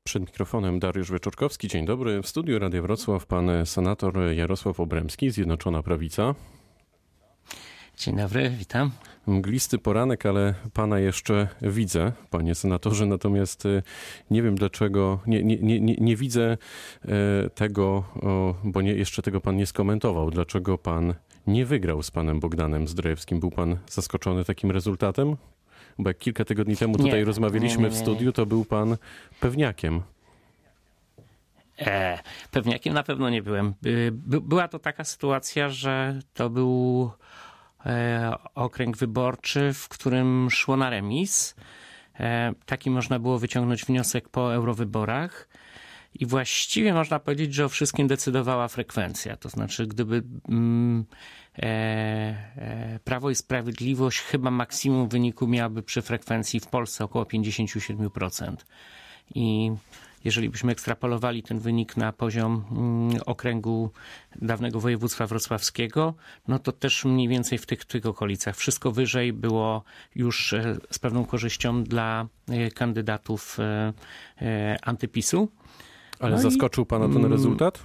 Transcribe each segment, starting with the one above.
Przed mikrofonem Dariusz Wieczorkowski. Dzień dobry. W studiu Radia Wrocław pan senator Jarosław Obremski, Zjednoczona Prawica. Dzień dobry, witam. Mglisty poranek, ale pana jeszcze widzę, panie senatorze, natomiast nie wiem dlaczego, nie widzę tego, bo jeszcze tego pan nie skomentował, dlaczego pan nie wygrał z panem Bogdanem Zdrojewskim. Był pan zaskoczony takim rezultatem? Bo jak kilka tygodni temu tutaj rozmawialiśmy w studiu, to był pan pewniakiem. Pewniakiem na pewno nie byłem. Była to taka sytuacja, że to był okręg wyborczy, w którym szło na remis. Taki można było wyciągnąć wniosek po eurowyborach. I właściwie można powiedzieć, że o wszystkim decydowała frekwencja. To znaczy, gdyby Prawo i Sprawiedliwość chyba maksimum wyniku miałaby przy frekwencji w Polsce około 57%. I jeżeli byśmy ekstrapolowali ten wynik na poziom okręgu dawnego województwa wrocławskiego, no to też mniej więcej w tych okolicach. Wszystko wyżej było już z pewną korzyścią dla kandydatów antypisu. Ale zaskoczył pana ten rezultat?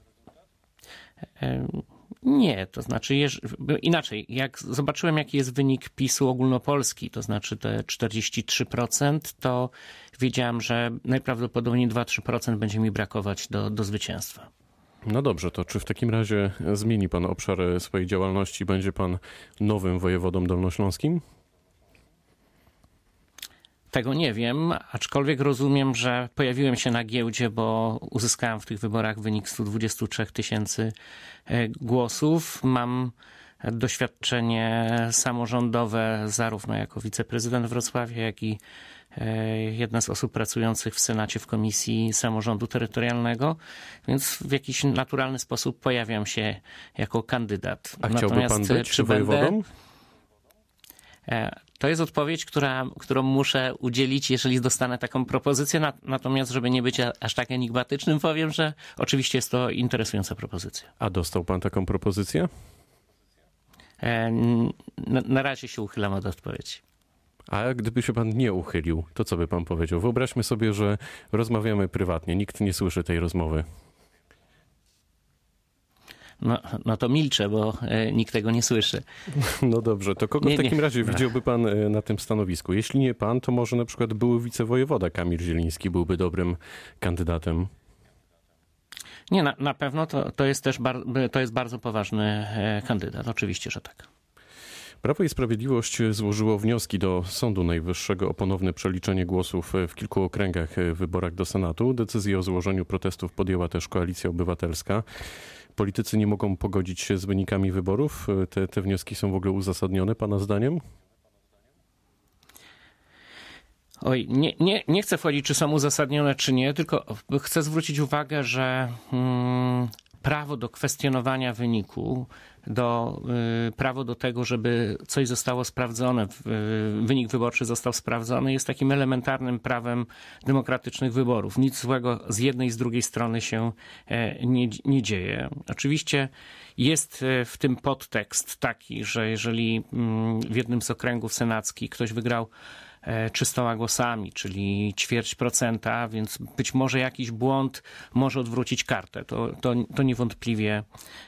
Nie, to znaczy inaczej, jak zobaczyłem jaki jest wynik PiS-u ogólnopolski, to znaczy te 43%, to wiedziałem, że najprawdopodobniej 2-3% będzie mi brakować do zwycięstwa. No dobrze, to czy w takim razie zmieni pan obszar swojej działalności? Będzie pan nowym wojewodą dolnośląskim? Tego nie wiem, aczkolwiek rozumiem, że pojawiłem się na giełdzie, bo uzyskałem w tych wyborach wynik 123 000 głosów. Mam doświadczenie samorządowe zarówno jako wiceprezydent Wrocławia, jak i jedna z osób pracujących w Senacie w Komisji Samorządu Terytorialnego, więc w jakiś naturalny sposób pojawiam się jako kandydat. A chciałby pan być wojewodą? To jest odpowiedź, którą muszę udzielić, jeżeli dostanę taką propozycję. Natomiast, żeby nie być aż tak enigmatycznym, powiem, że oczywiście jest to interesująca propozycja. A dostał pan taką propozycję? Na razie się uchylam od odpowiedzi. A gdyby się pan nie uchylił, to co by pan powiedział? Wyobraźmy sobie, że rozmawiamy prywatnie, nikt nie słyszy tej rozmowy. No to milczę, bo nikt tego nie słyszy. No dobrze, to kogo w takim razie widziałby pan na tym stanowisku? Jeśli nie pan, to może na przykład były wicewojewoda Kamil Zieliński byłby dobrym kandydatem. Nie, na pewno to jest bardzo poważny kandydat. Oczywiście, że tak. Prawo i Sprawiedliwość złożyło wnioski do Sądu Najwyższego o ponowne przeliczenie głosów w kilku okręgach w wyborach do Senatu. Decyzję o złożeniu protestów podjęła też Koalicja Obywatelska. Politycy nie mogą pogodzić się z wynikami wyborów? Te wnioski są w ogóle uzasadnione, pana zdaniem? Oj, nie chcę wchodzić, czy są uzasadnione, czy nie, tylko chcę zwrócić uwagę, że prawo do kwestionowania wyniku, prawo do tego, żeby coś zostało sprawdzone, wynik wyborczy został sprawdzony, jest takim elementarnym prawem demokratycznych wyborów. Nic złego z jednej i z drugiej strony się nie dzieje. Oczywiście jest w tym podtekst taki, że jeżeli w jednym z okręgów senackich ktoś wygrał 300 głosami, czyli 0,25%, więc być może jakiś błąd może odwrócić kartę. To niewątpliwie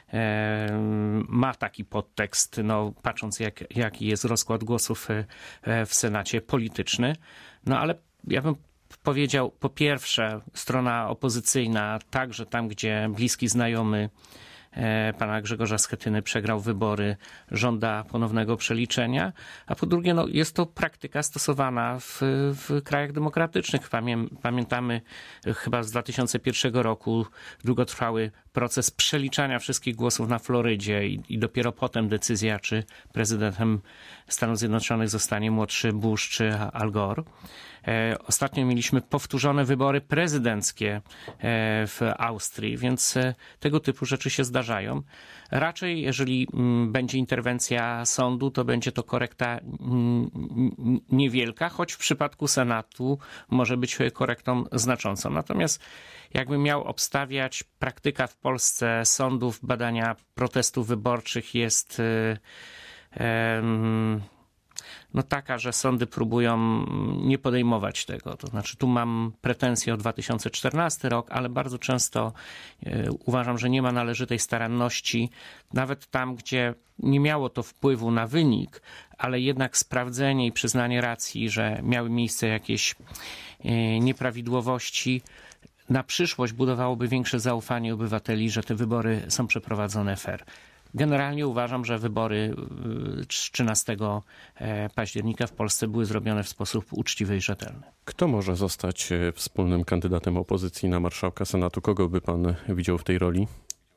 ma taki podtekst, patrząc jaki jest rozkład głosów w Senacie polityczny. No ale ja bym powiedział, po pierwsze, strona opozycyjna, także tam, gdzie bliski znajomy pana Grzegorza Schetyny przegrał wybory, żąda ponownego przeliczenia, a po drugie jest to praktyka stosowana w krajach demokratycznych. Pamiętamy chyba z 2001 roku długotrwały proces przeliczania wszystkich głosów na Florydzie i dopiero potem decyzja, czy prezydentem Stanów Zjednoczonych zostanie młodszy Bush czy Al Gore. Ostatnio mieliśmy powtórzone wybory prezydenckie w Austrii, więc tego typu rzeczy się zdarzają. Raczej, jeżeli będzie interwencja sądu, to będzie to korekta niewielka, choć w przypadku Senatu może być korektą znaczącą. Natomiast jakbym miał obstawiać, praktyka w Polsce sądów badania protestów wyborczych jest no taka, że sądy próbują nie podejmować tego. To znaczy tu mam pretensje o 2014 rok, ale bardzo często uważam, że nie ma należytej staranności, nawet tam, gdzie nie miało to wpływu na wynik, ale jednak sprawdzenie i przyznanie racji, że miały miejsce jakieś nieprawidłowości, na przyszłość budowałoby większe zaufanie obywateli, że te wybory są przeprowadzone fair. Generalnie uważam, że wybory 13 października w Polsce były zrobione w sposób uczciwy i rzetelny. Kto może zostać wspólnym kandydatem opozycji na marszałka Senatu? Kogo by pan widział w tej roli?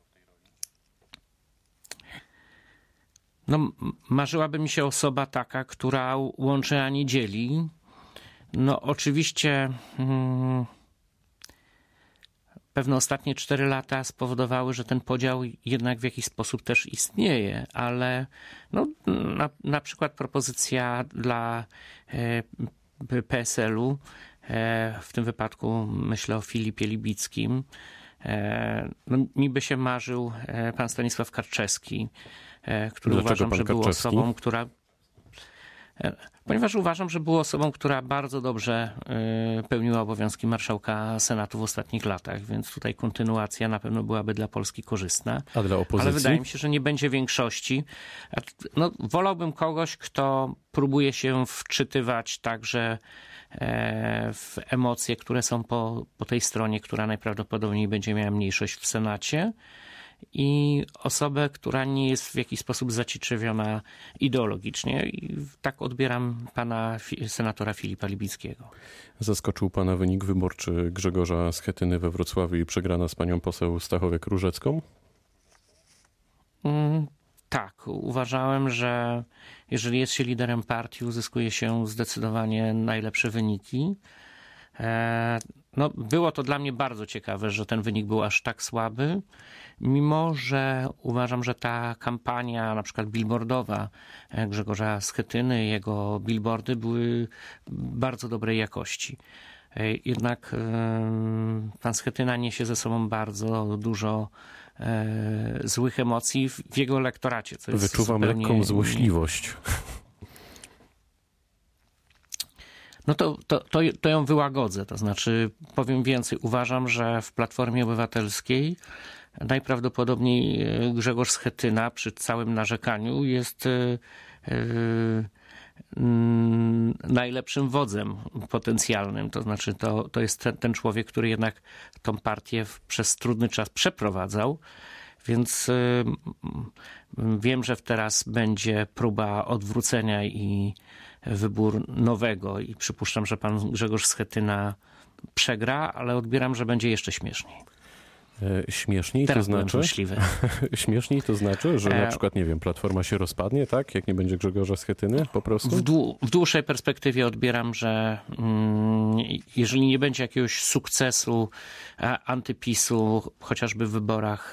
No, marzyłaby mi się osoba taka, która łączy, a nie dzieli. No oczywiście pewne ostatnie 4 lata spowodowały, że ten podział jednak w jakiś sposób też istnieje, ale no, na przykład propozycja dla PSL-u, w tym wypadku myślę o Filipie Libickim, no, mi by się marzył pan Stanisław Karczewski, który Dlaczego uważam, pan że był Karczewski? osobą, która... Ponieważ uważam, że był osobą, która bardzo dobrze pełniła obowiązki marszałka Senatu w ostatnich latach, więc tutaj kontynuacja na pewno byłaby dla Polski korzystna. A dla opozycji? Ale wydaje mi się, że nie będzie większości. No, wolałbym kogoś, kto próbuje się wczytywać także w emocje, które są po tej stronie, która najprawdopodobniej będzie miała mniejszość w Senacie, i osobę, która nie jest w jakiś sposób zacietrzewiona ideologicznie. I tak odbieram pana senatora Filipa Libickiego. Zaskoczył pana wynik wyborczy Grzegorza Schetyny we Wrocławiu i przegrana z panią poseł Stachowiak-Różecką? Tak, uważałem, że jeżeli jest się liderem partii, uzyskuje się zdecydowanie najlepsze wyniki. No, było to dla mnie bardzo ciekawe, że ten wynik był aż tak słaby, mimo że uważam, że ta kampania na przykład billboardowa Grzegorza Schetyny, jego billboardy były bardzo dobrej jakości. Jednak pan Schetyna niesie ze sobą bardzo dużo złych emocji w jego elektoracie. Co jest Wyczuwam zupełnie... lekką złośliwość. No to ją wyłagodzę. To znaczy, powiem więcej. Uważam, że w Platformie Obywatelskiej najprawdopodobniej Grzegorz Schetyna przy całym narzekaniu jest najlepszym wodzem potencjalnym. To znaczy, to jest ten człowiek, który jednak tą partię przez trudny czas przeprowadzał. Więc wiem, że teraz będzie próba odwrócenia i wybór nowego i przypuszczam, że pan Grzegorz Schetyna przegra, ale odbieram, że będzie jeszcze śmieszniej. Śmieszniej Teraz to znaczy? Śmieszniej to znaczy, że na przykład, nie wiem, Platforma się rozpadnie, tak? Jak nie będzie Grzegorza Schetyny po prostu? W dłuższej perspektywie odbieram, że jeżeli nie będzie jakiegoś sukcesu antypisu, chociażby w wyborach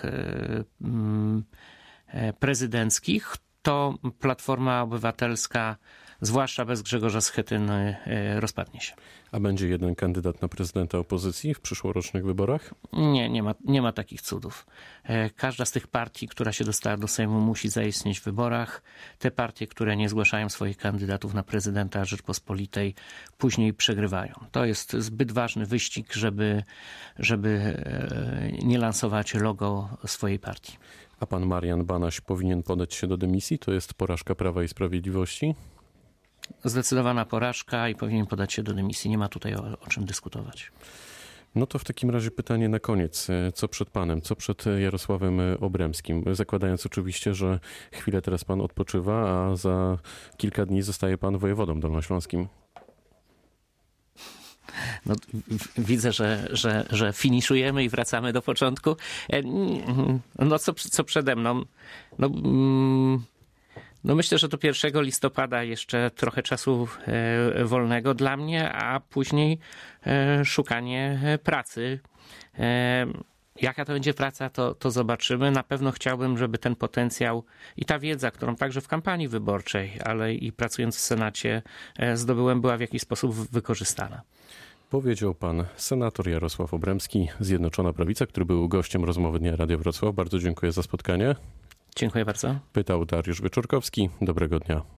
prezydenckich, to Platforma Obywatelska, zwłaszcza bez Grzegorza Schetyny, rozpadnie się. A będzie jeden kandydat na prezydenta opozycji w przyszłorocznych wyborach? Nie ma takich cudów. Każda z tych partii, która się dostała do Sejmu, musi zaistnieć w wyborach. Te partie, które nie zgłaszają swoich kandydatów na prezydenta Rzeczpospolitej, później przegrywają. To jest zbyt ważny wyścig, żeby nie lansować logo swojej partii. A pan Marian Banaś powinien podać się do dymisji? To jest porażka Prawa i Sprawiedliwości? Zdecydowana porażka i powinien podać się do dymisji. Nie ma tutaj o czym dyskutować. No to w takim razie pytanie na koniec. Co przed panem? Co przed Jarosławem Obremskim? Zakładając oczywiście, że chwilę teraz pan odpoczywa, a za kilka dni zostaje pan wojewodą dolnośląskim. No, widzę, że finiszujemy i wracamy do początku. No co przede mną? No myślę, że do 1 listopada jeszcze trochę czasu wolnego dla mnie, a później szukanie pracy. Jaka to będzie praca, to zobaczymy. Na pewno chciałbym, żeby ten potencjał i ta wiedza, którą także w kampanii wyborczej, ale i pracując w Senacie zdobyłem, była w jakiś sposób wykorzystana. Powiedział pan senator Jarosław Obremski, Zjednoczona Prawica, który był gościem rozmowy Dnia Radio Wrocław. Bardzo dziękuję za spotkanie. Dziękuję bardzo. Pytał Dariusz Wieczorkowski. Dobrego dnia.